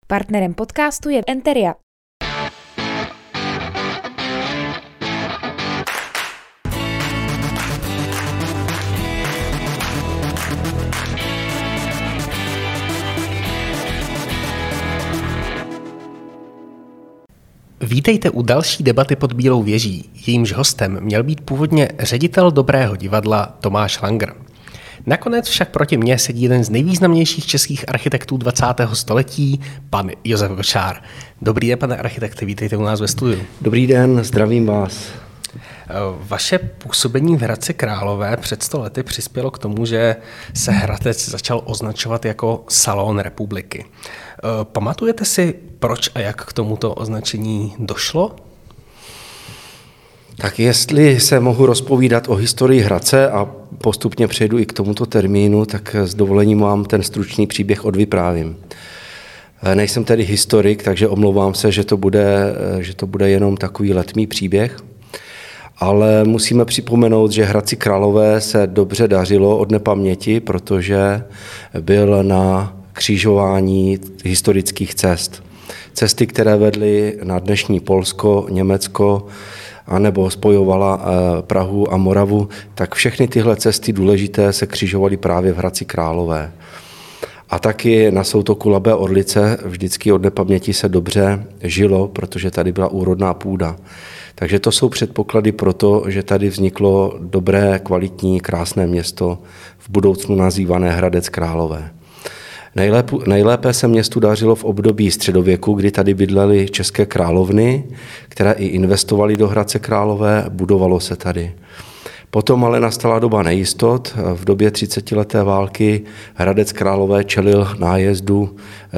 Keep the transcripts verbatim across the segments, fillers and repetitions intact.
Partnerem podcastu je Enteria. Vítejte u další debaty pod Bílou věží. Jejímž hostem měl být původně ředitel Dobrého divadla Tomáš Langer. Nakonec však proti mně sedí jeden z nejvýznamnějších českých architektů dvacátého století, pan Josef Gočár. Dobrý den, pane architekte, vítejte u nás ve studiu. Dobrý den, zdravím vás. Vaše působení v Hradci Králové před sto lety přispělo k tomu, že se Hradec začal označovat jako Salon republiky. Pamatujete si, proč a jak k tomuto označení došlo? Tak jestli se mohu rozpovídat o historii Hradce a postupně přejdu i k tomuto termínu, tak s dovolením vám ten stručný příběh odvyprávím. Nejsem tedy historik, takže omlouvám se, že to bude, že to bude jenom takový letmý příběh, ale musíme připomenout, že Hradci Králové se dobře dařilo od nepaměti, protože byl na křižování historických cest. Cesty, které vedly na dnešní Polsko, Německo, anebo spojovala Prahu a Moravu, tak všechny tyhle cesty důležité se křižovaly právě v Hradci Králové. A taky na soutoku Labé Orlice vždycky od nepaměti se dobře žilo, protože tady byla úrodná půda. Takže to jsou předpoklady pro to, že tady vzniklo dobré, kvalitní, krásné město, v budoucnu nazývané Hradec Králové. Nejlépe, nejlépe se městu dařilo v období středověku, kdy tady bydlely české královny, které i investovaly do Hradce Králové, budovalo se tady. Potom ale nastala doba nejistot. V době třicetileté války Hradec Králové čelil nájezdu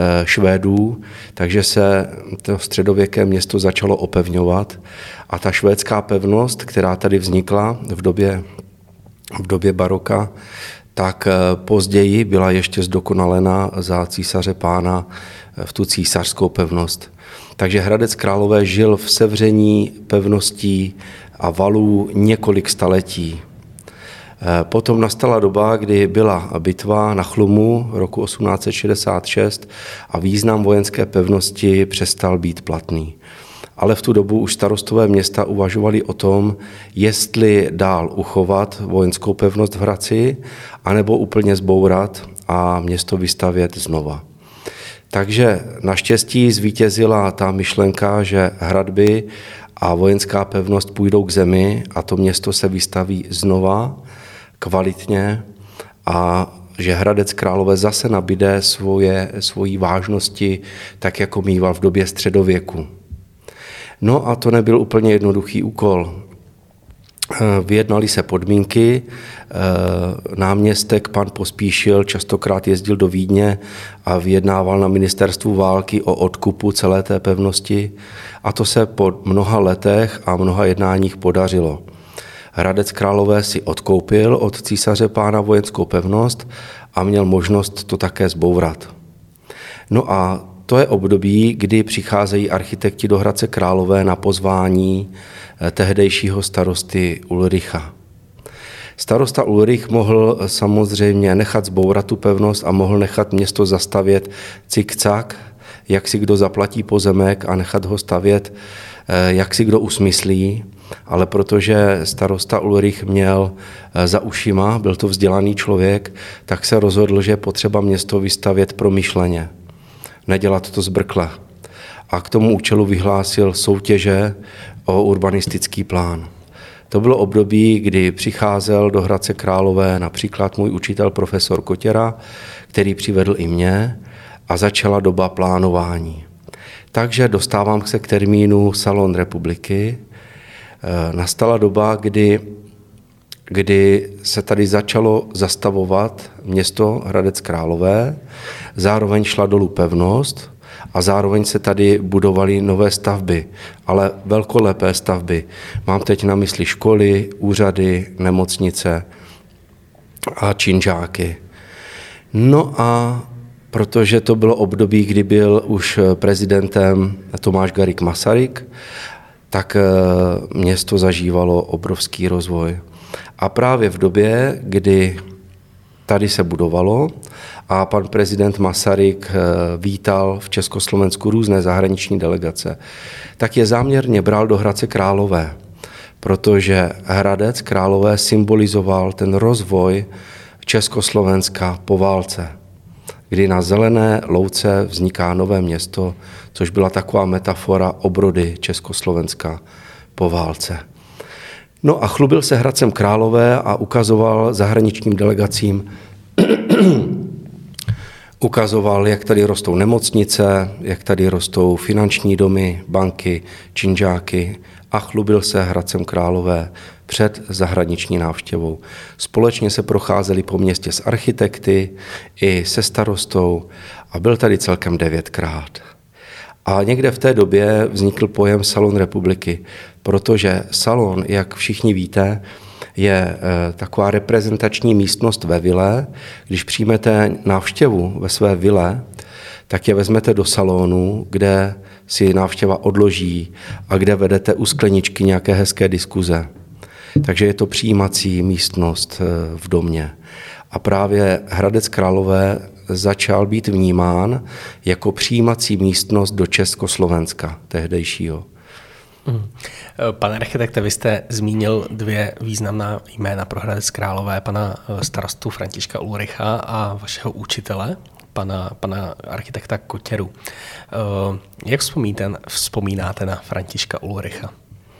Švédů, takže se to středověké město začalo opevňovat a ta švédská pevnost, která tady vznikla v době, v době baroka, tak později byla ještě zdokonalena za císaře Pána v tu císařskou pevnost. Takže Hradec Králové žil v sevření pevností a valů několik staletí. Potom nastala doba, kdy byla bitva na Chlumu roku osmnáct set šedesát šest a význam vojenské pevnosti přestal být platný. Ale v tu dobu už starostové města uvažovali o tom, jestli dál uchovat vojenskou pevnost v Hradci, anebo úplně zbourat a město vystavět znova. Takže naštěstí zvítězila ta myšlenka, že hradby a vojenská pevnost půjdou k zemi a to město se vystaví znova, kvalitně, a že Hradec Králové zase nabíde svoje, svojí vážnosti, tak jako mýval v době středověku. No a to nebyl úplně jednoduchý úkol. Vyjednali se podmínky, náměstek pan Pospíšil častokrát jezdil do Vídně a vyjednával na ministerstvu války o odkupu celé té pevnosti a to se po mnoha letech a mnoha jednáních podařilo. Hradec Králové si odkoupil od císaře Pána vojenskou pevnost a měl možnost to také zbourat. No a to je období, kdy přicházejí architekti do Hradce Králové na pozvání tehdejšího starosty Ulricha. Starosta Ulrich mohl samozřejmě nechat zbourat tu pevnost a mohl nechat město zastavět cik-cak, jak si kdo zaplatí pozemek a nechat ho stavět, jak si kdo usmyslí, ale protože starosta Ulrich měl za ušima, byl to vzdělaný člověk, tak se rozhodl, že je potřeba město vystavět promyšleně, nedělat to zbrkle. A k tomu účelu vyhlásil soutěže o urbanistický plán. To bylo období, kdy přicházel do Hradce Králové například můj učitel profesor Kotěra, který přivedl i mě, a začala doba plánování. Takže dostávám se k termínu Salon republiky. Nastala doba, kdy, kdy se tady začalo zastavovat město Hradec Králové, zároveň šla dolů pevnost a zároveň se tady budovaly nové stavby, ale velkolepé stavby. Mám teď na mysli školy, úřady, nemocnice a činžáky. No a protože to bylo období, kdy byl už prezidentem Tomáš Garrigue Masaryk, tak město zažívalo obrovský rozvoj. A právě v době, kdy tady se budovalo a pan prezident Masaryk vítal v Československu různé zahraniční delegace, tak je záměrně bral do Hradce Králové, protože Hradec Králové symbolizoval ten rozvoj Československa po válce, kdy na zelené louce vzniká nové město, což byla taková metafora obrody Československa po válce. No a chlubil se Hradcem Králové a ukazoval zahraničním delegacím, ukazoval, jak tady rostou nemocnice, jak tady rostou finanční domy, banky, činžáky a chlubil se Hradcem Králové před zahraniční návštěvou. Společně se procházeli po městě s architekty i se starostou a byl tady celkem devětkrát. A někde v té době vznikl pojem Salon republiky, protože salon, jak všichni víte, je taková reprezentační místnost ve vile. Když přijmete návštěvu ve své vile, tak je vezmete do salonu, kde si návštěva odloží a kde vedete u skleničky nějaké hezké diskuze. Takže je to přijímací místnost v domě. A právě Hradec Králové začal být vnímán jako přijímací místnost do Československa tehdejšího. Hmm. Pane architekte, vy jste zmínil dvě významná jména pro Hradec Králové, pana starostu Františka Ulricha a vašeho učitele, pana, pana architekta Kotěru. Jak vzpomínáte, vzpomínáte na Františka Ulricha?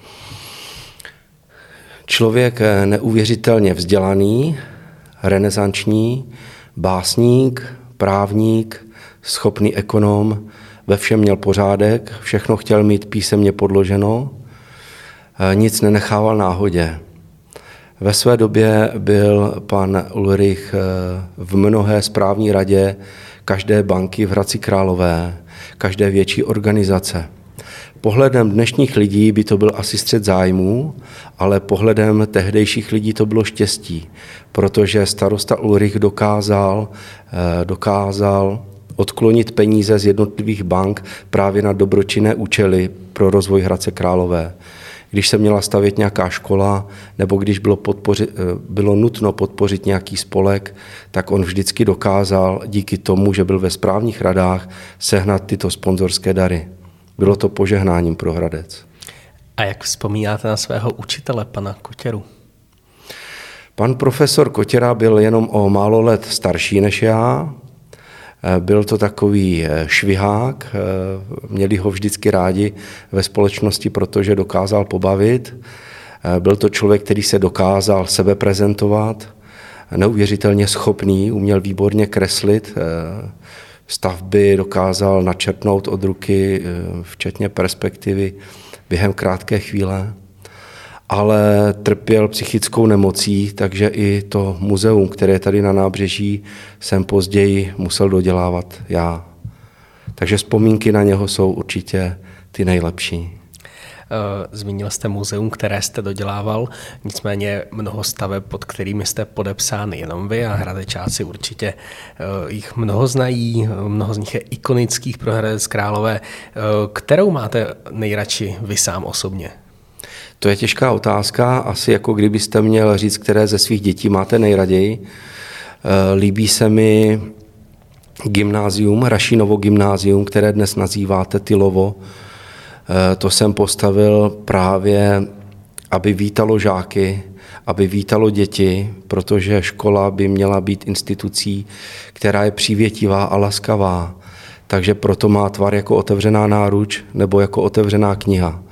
Člověk neuvěřitelně vzdělaný, renesanční, básník, právník, schopný ekonom, ve všem měl pořádek, všechno chtěl mít písemně podloženo, nic nenechával náhodě. Ve své době byl pan Ulrich v mnohé správní radě každé banky v Hradci Králové, každé větší organizace. Pohledem dnešních lidí by to byl asi střet zájmů, ale pohledem tehdejších lidí to bylo štěstí, protože starosta Ulrich dokázal, dokázal odklonit peníze z jednotlivých bank právě na dobročinné účely pro rozvoj Hradce Králové. Když se měla stavět nějaká škola nebo když bylo, podpořit, bylo nutno podpořit nějaký spolek, tak on vždycky dokázal díky tomu, že byl ve správních radách, sehnat tyto sponzorské dary. Bylo to požehnáním pro Hradec. A jak vzpomínáte na svého učitele, pana Kotěru? Pan profesor Kotěra byl jenom o málo let starší než já. Byl to takový švihák, měli ho vždycky rádi ve společnosti, protože dokázal pobavit. Byl to člověk, který se dokázal sebe prezentovat, neuvěřitelně schopný, uměl výborně kreslit, stavby dokázal načrtnout od ruky, včetně perspektivy, během krátké chvíle. Ale trpěl psychickou nemocí, takže i to muzeum, které je tady na nábřeží, jsem později musel dodělávat já. Takže vzpomínky na něho jsou určitě ty nejlepší. Zmínil jste muzeum, které jste dodělával, nicméně mnoho staveb, pod kterými jste podepsán jenom vy a hradečáci určitě jich mnoho znají, mnoho z nich je ikonických pro Hradec Králové. Kterou máte nejradši vy sám osobně? To je těžká otázka, asi jako kdybyste měl říct, které ze svých dětí máte nejraději. Líbí se mi gymnázium, Rašínovo gymnázium, které dnes nazýváte Tylovo. To jsem postavil právě, aby vítalo žáky, aby vítalo děti, protože škola by měla být institucí, která je přívětivá a laskavá. Takže proto má tvar jako otevřená náruč nebo jako otevřená kniha.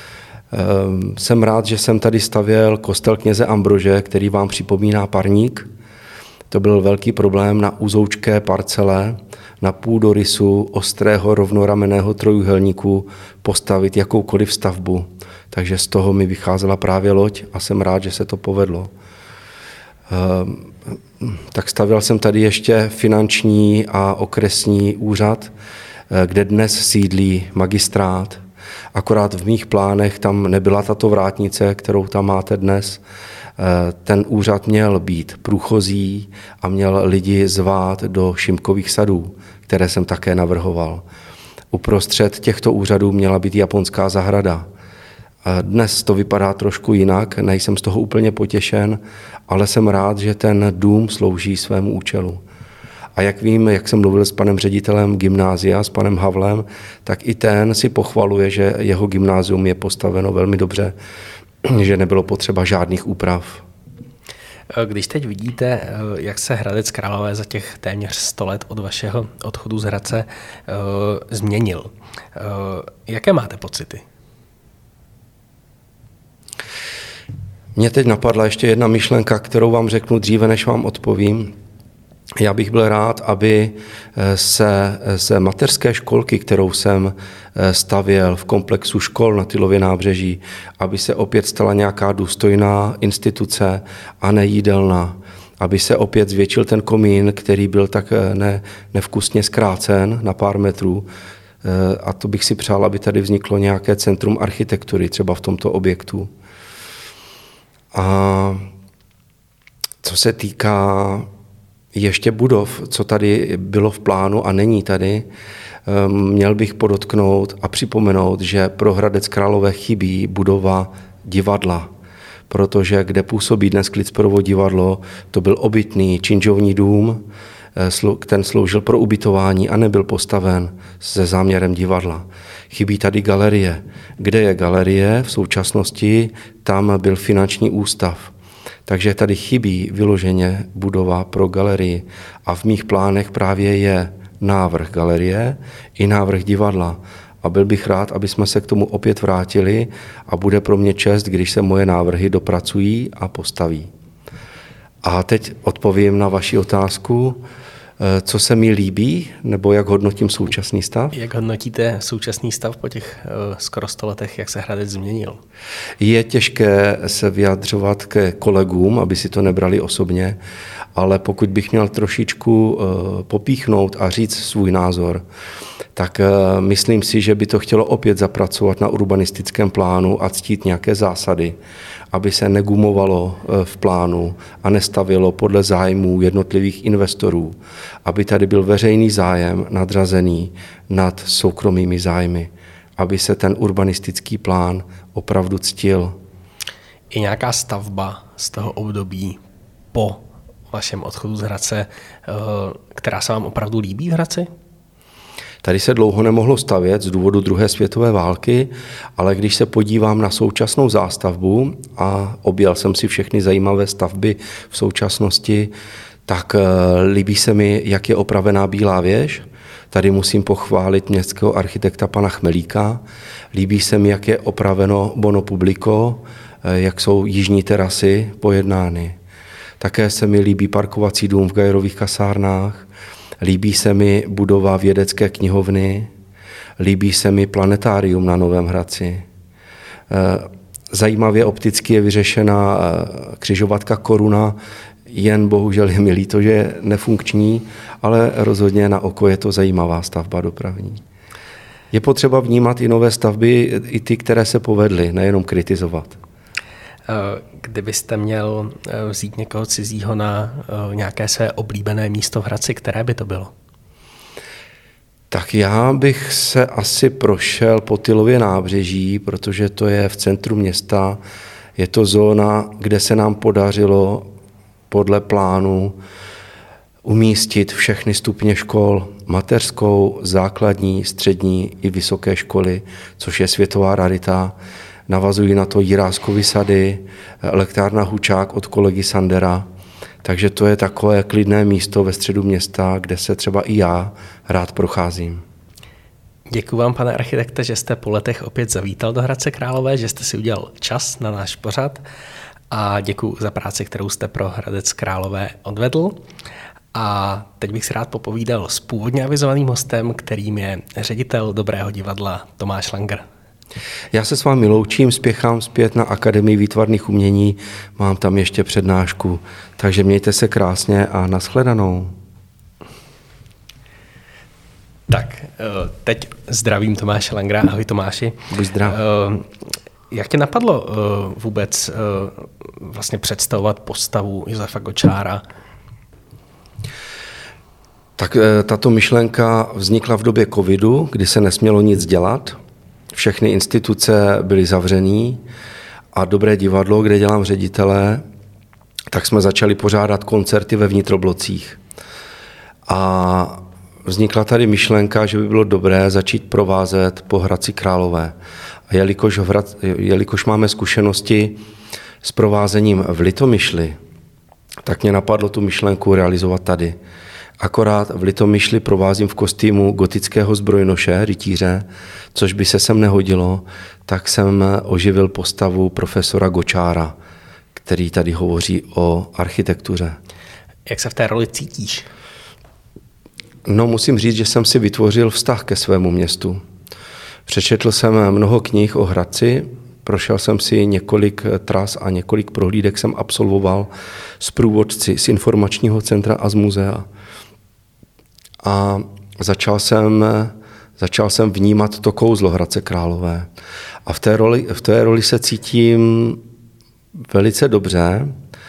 Jsem rád, že jsem tady stavěl kostel kněze Ambrože, který vám připomíná parník. To byl velký problém na úzoučké parcele, na půdorysu ostrého rovnoramenného trojúhelníku postavit jakoukoliv stavbu. Takže z toho mi vycházela právě loď a jsem rád, že se to povedlo. Tak stavěl jsem tady ještě finanční a okresní úřad, kde dnes sídlí magistrát. Akorát v mých plánech tam nebyla tato vrátnice, kterou tam máte dnes. Ten úřad měl být průchozí a měl lidi zvát do Šimkových sadů, které jsem také navrhoval. Uprostřed těchto úřadů měla být japonská zahrada. Dnes to vypadá trošku jinak, nejsem z toho úplně potěšen, ale jsem rád, že ten dům slouží svému účelu. A jak vím, jak jsem mluvil s panem ředitelem gymnázia, s panem Havlem, tak i ten si pochvaluje, že jeho gymnázium je postaveno velmi dobře, že nebylo potřeba žádných úprav. Když teď vidíte, jak se Hradec Králové za těch téměř sto let od vašeho odchodu z Hradce změnil, jaké máte pocity? Mně teď napadla ještě jedna myšlenka, kterou vám řeknu dříve, než vám odpovím. Já bych byl rád, aby se z mateřské školky, kterou jsem stavěl v komplexu škol na Tylově nábřeží, aby se opět stala nějaká důstojná instituce a ne jídelna, aby se opět zvětšil ten komín, který byl tak ne, nevkusně zkrácen na pár metrů. A to bych si přál, aby tady vzniklo nějaké centrum architektury, třeba v tomto objektu. A co se týká ještě budov, co tady bylo v plánu a není tady, měl bych podotknout a připomenout, že pro Hradec Králové chybí budova divadla, protože kde působí dnes Klicperovo divadlo, to byl obytný činžovní dům, ten sloužil pro ubytování a nebyl postaven se záměrem divadla. Chybí tady galerie. Kde je galerie? V současnosti tam byl finanční ústav. Takže tady chybí vyloženě budova pro galerii. A v mých plánech právě je návrh galerie i návrh divadla. A byl bych rád, aby jsme se k tomu opět vrátili a bude pro mě čest, když se moje návrhy dopracují a postaví. A teď odpovím na vaši otázku. Co se mi líbí, nebo jak hodnotím současný stav? Jak hodnotíte současný stav po těch uh, skoro sto letech, jak se Hradec změnil? Je těžké se vyjadřovat ke kolegům, aby si to nebrali osobně, ale pokud bych měl trošičku uh, popíchnout a říct svůj názor, tak uh, myslím si, že by to chtělo opět zapracovat na urbanistickém plánu a ctít nějaké zásady, aby se negumovalo v plánu a nestavilo podle zájmů jednotlivých investorů, aby tady byl veřejný zájem nadřazený nad soukromými zájmy, aby se ten urbanistický plán opravdu ctil. Je nějaká stavba z toho období po vašem odchodu z Hradce, která se vám opravdu líbí v Hradci? Tady se dlouho nemohlo stavět z důvodu druhé světové války, ale když se podívám na současnou zástavbu a objel jsem si všechny zajímavé stavby v současnosti, tak líbí se mi, jak je opravená Bílá věž. Tady musím pochválit městského architekta pana Chmelíka. Líbí se mi, jak je opraveno Bono Publico, jak jsou jižní terasy pojednány. Také se mi líbí parkovací dům v Gajerových kasárnách. Líbí se mi budova vědecké knihovny, líbí se mi planetárium na Novém Hradci. Zajímavě opticky je vyřešena křižovatka Koruna, jen bohužel je mi líto, že je nefunkční, ale rozhodně na oko je to zajímavá stavba dopravní. Je potřeba vnímat i nové stavby, i ty, které se povedly, nejenom kritizovat. Kdybyste měl vzít někoho cizího na nějaké své oblíbené místo v Hradci, které by to bylo? Tak já bych se asi prošel po Tylově nábřeží, protože to je v centru města. Je to zóna, kde se nám podařilo podle plánu umístit všechny stupně škol, mateřskou, základní, střední i vysoké školy, což je světová rarita. Navazují na to Jiráskovy sady, elektrárna Hučák od kolegy Sandera. Takže to je takové klidné místo ve středu města, kde se třeba i já rád procházím. Děkuji vám, pane architekte, že jste po letech opět zavítal do Hradce Králové, že jste si udělal čas na náš pořad a děkuji za práci, kterou jste pro Hradec Králové odvedl. A teď bych si rád popovídal s původně avizovaným hostem, kterým je ředitel Dobrého divadla Tomáš Langer. Já se s vámi loučím, spěchám zpět na Akademii výtvarných umění, mám tam ještě přednášku, takže mějte se krásně a nashledanou. Tak, teď zdravím Tomáše Langera. Ahoj Tomáši. Buď zdrav. Jak tě napadlo vůbec vlastně představovat postavu Josefa Gočára? Tak tato myšlenka vznikla v době covidu, kdy se nesmělo nic dělat. všechny instituce byly zavřený a Dobré divadlo, kde dělám ředitele, tak jsme začali pořádat koncerty ve vnitroblocích. A vznikla tady myšlenka, že by bylo dobré začít provázet po Hradci Králové. A jelikož, v Hrad, jelikož máme zkušenosti s provázením v Litomyšli, tak mě napadlo tu myšlenku realizovat tady. Akorát v Litomyšli provázím v kostýmu gotického zbrojnoše, rytíře, což by se sem nehodilo, tak jsem oživil postavu profesora Gočára, který tady hovoří o architektuře. Jak se v té roli cítíš? No, musím říct, že jsem si vytvořil vztah ke svému městu. Přečetl jsem mnoho knih o Hradci, prošel jsem si několik tras a několik prohlídek jsem absolvoval s průvodci z informačního centra a z muzea. A začal jsem, začal jsem vnímat to kouzlo Hradce Králové. A v té roli, v té roli se cítím velice dobře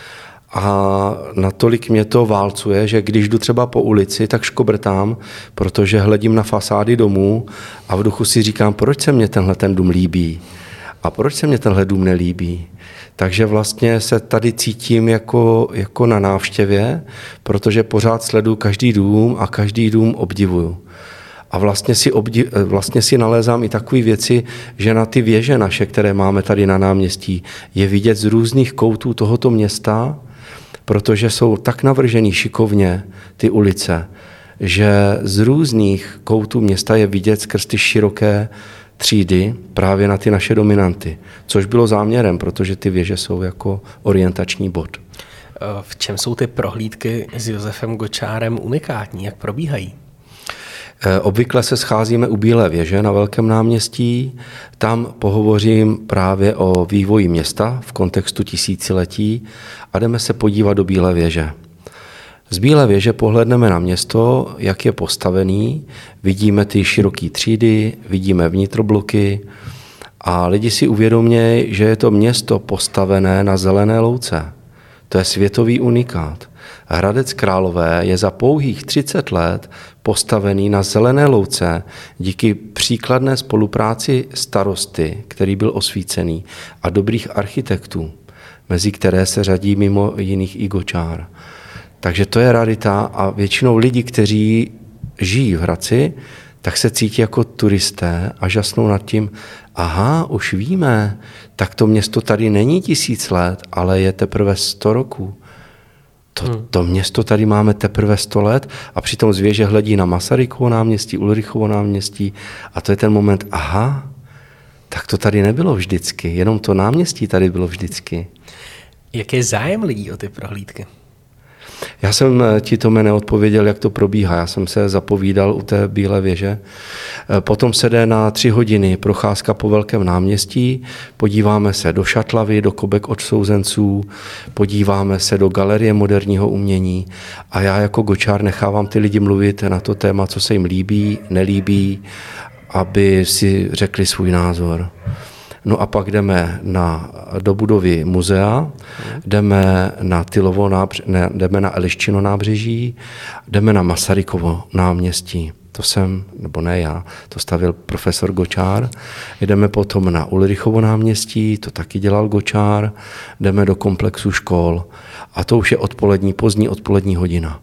a natolik mě to válcuje, že když jdu třeba po ulici, tak škobrtám, protože hledím na fasády domů a v duchu si říkám, proč se mně tenhle ten dům líbí a proč se mně tenhle dům nelíbí. Takže vlastně se tady cítím jako, jako na návštěvě, protože pořád sleduju každý dům a každý dům obdivuju. A vlastně si, obdiv, vlastně si nalézám i takové věci, že na ty věže naše, které máme tady na náměstí, je vidět z různých koutů tohoto města, protože jsou tak navržený šikovně ty ulice, že z různých koutů města je vidět skrz ty široké třídy právě na ty naše dominanty, což bylo záměrem, protože ty věže jsou jako orientační bod. V čem jsou ty prohlídky s Josefem Gočárem unikátní? Jak probíhají? Obvykle se scházíme u Bílé věže na Velkém náměstí. Tam pohovořím právě o vývoji města v kontextu tisíciletí a jdeme se podívat do Bílé věže. Z Bílé věže pohledneme na město, jak je postavený, vidíme ty široké třídy, vidíme vnitrobloky a lidi si uvědomějí, že je to město postavené na zelené louce. To je světový unikát. Hradec Králové je za pouhých třicet let postavený na zelené louce díky příkladné spolupráci starosty, který byl osvícený, a dobrých architektů, mezi které se řadí mimo jiných i Gočár. Takže to je rarita a většinou lidi, kteří žijí v Hradci, tak se cítí jako turisté a žasnou nad tím, aha, už víme, tak to město tady není tisíc let, ale je teprve sto roků. To, to město tady máme teprve sto let a přitom z věže hledí na Masarykovo náměstí, Ulrichovo náměstí a to je ten moment, aha, tak to tady nebylo vždycky, jenom to náměstí tady bylo vždycky. Jaký je zájem lidí o ty prohlídky? Já jsem ti, Tome, neodpověděl, jak to probíhá. Já jsem se zapovídal u té Bílé věže. Potom se jde na tři hodiny procházka po Velkém náměstí, podíváme se do šatlavy, do kobek odsouzenců, podíváme se do galerie moderního umění a já jako Gočár nechávám ty lidi mluvit na to téma, co se jim líbí, nelíbí, aby si řekli svůj názor. No a pak jdeme na, do budovy muzea, jdeme na Tylovo nábřeží, ne, jdeme na Eliščino nábřeží, jdeme na Masarykovo náměstí. To jsem, nebo ne já, to stavil profesor Gočár. Jdeme potom na Ulrichovo náměstí, to taky dělal Gočár. Jdeme do komplexu škol a to už je odpolední, pozdní odpolední hodina.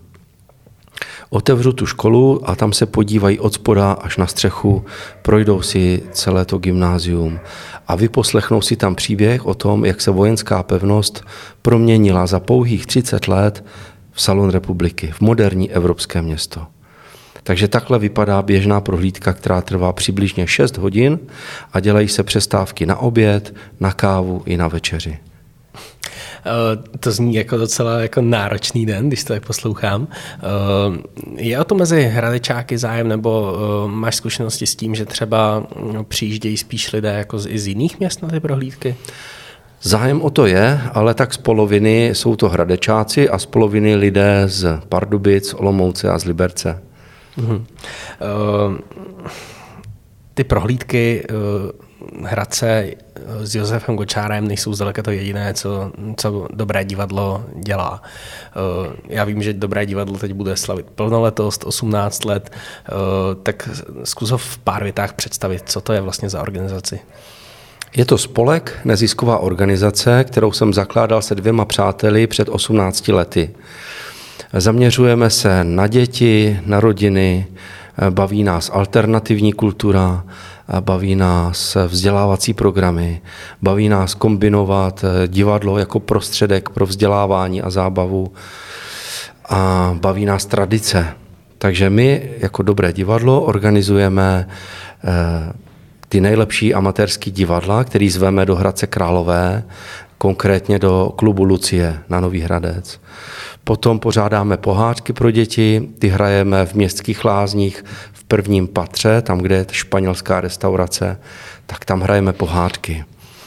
Otevřu tu školu a tam se podívají od spoda až na střechu, projdou si celé to gymnázium a vyposlechnou si tam příběh o tom, jak se vojenská pevnost proměnila za pouhých třicet let v Salon republiky, v moderní evropské město. Takže takhle vypadá běžná prohlídka, která trvá přibližně šest hodin a dělají se přestávky na oběd, na kávu i na večeři. To zní jako docela jako náročný den, když to tak poslouchám. Je o to mezi hradečáky zájem, nebo máš zkušenosti s tím, že třeba přijíždějí spíš lidé jako z, i z jiných měst na ty prohlídky? Zájem o to je, ale tak z poloviny jsou to hradečáci a z poloviny lidé z Pardubic, Olomouce a z Liberce. Uhum. Ty prohlídky Hradce s Josefem Gočárem nejsou zdaleka to jediné, co, co Dobré divadlo dělá. Já vím, že Dobré divadlo teď bude slavit plnoletost, osmnáct let, tak zkus ho v pár větách představit, co to je vlastně za organizaci. Je to spolek, nezisková organizace, kterou jsem zakládal se dvěma přáteli před osmnácti lety. Zaměřujeme se na děti, na rodiny, baví nás alternativní kultura, baví nás vzdělávací programy, baví nás kombinovat divadlo jako prostředek pro vzdělávání a zábavu a baví nás tradice. Takže my jako Dobré divadlo organizujeme ty nejlepší amatérský divadla, který zveme do Hradce Králové, konkrétně do klubu Lucie na Nový Hradec. Potom pořádáme pohádky pro děti, ty hrajeme v Městských lázních v prvním patře, tam, kde je španělská restaurace, tak tam hrajeme pohádky.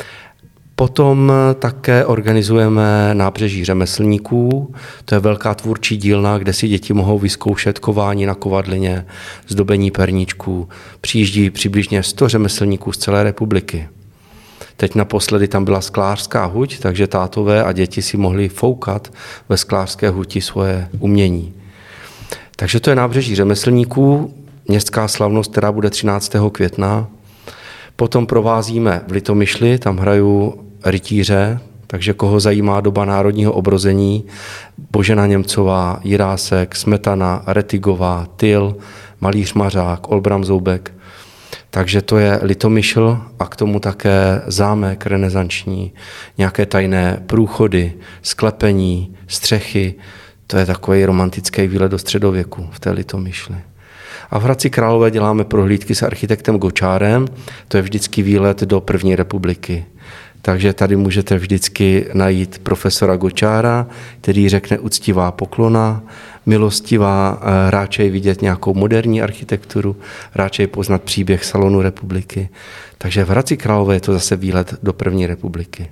Potom také organizujeme Nábřeží řemeslníků, to je velká tvůrčí dílna, kde si děti mohou vyzkoušet kování na kovadlině, zdobení perníčků. Přijíždí přibližně sto řemeslníků z celé republiky. Teď naposledy tam byla sklářská huť, takže tátové a děti si mohli foukat ve sklářské huti svoje umění. Takže to je Nábřeží řemeslníků, městská slavnost, která bude třináctého května. Potom provázíme v Litomyšli, tam hrajou rytíře, takže koho zajímá doba národního obrození, Božena Němcová, Jirásek, Smetana, Retigová, Tyl, Malíř Mařák, Olbram Zoubek. Takže to je Litomyšl a k tomu také zámek renesanční, nějaké tajné průchody, sklepení, střechy. To je takový romantický výlet do středověku v té Litomyšli. A v Hradci Králové děláme prohlídky s architektem Gočárem, to je vždycky výlet do první republiky. Takže tady můžete vždycky najít profesora Gočára, který řekne uctivá poklona, milostivá, ráčej vidět nějakou moderní architekturu, ráčej poznat příběh salonu republiky. Takže v Hradci Králové je to zase výlet do první republiky.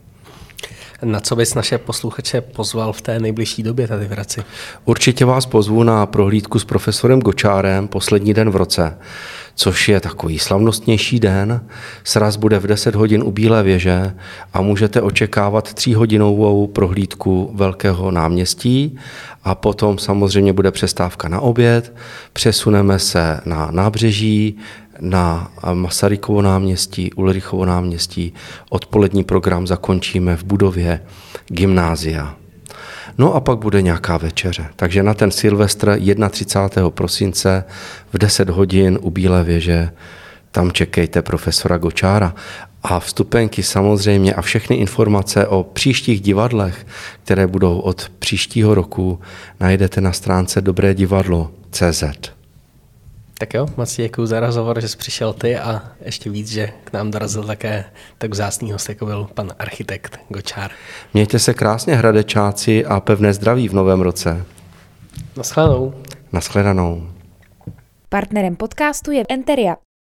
Na co bys naše posluchače pozval v té nejbližší době tady v Hradci? Určitě vás pozvu na prohlídku s profesorem Gočárem poslední den v roce, což je takový slavnostnější den. Sraz bude v deset hodin u Bílé věže a můžete očekávat tříhodinovou prohlídku Velkého náměstí a potom samozřejmě bude přestávka na oběd. Přesuneme se na nábřeží, na Masarykovo náměstí, Ulrichovo náměstí. Odpolední program zakončíme v budově gymnázia. No a pak bude nějaká večeře. Takže na ten Silvestr třicátého prvního prosince v deset hodin u Bílé věže tam čekejte profesora Gočára. A vstupenky samozřejmě a všechny informace o příštích divadlech, které budou od příštího roku, najdete na stránce dobré divadlo tečka cé zet. Tak jo, moc děkuji za rozhovor, že jsi přišel ty a ještě víc, že k nám dorazil také tak vzácný host, jako byl pan architekt Gočár. Mějte se krásně, hradečáci, a pevné zdraví v novém roce. Naschledanou. Naschledanou. Partnerem podcastu je Enteria.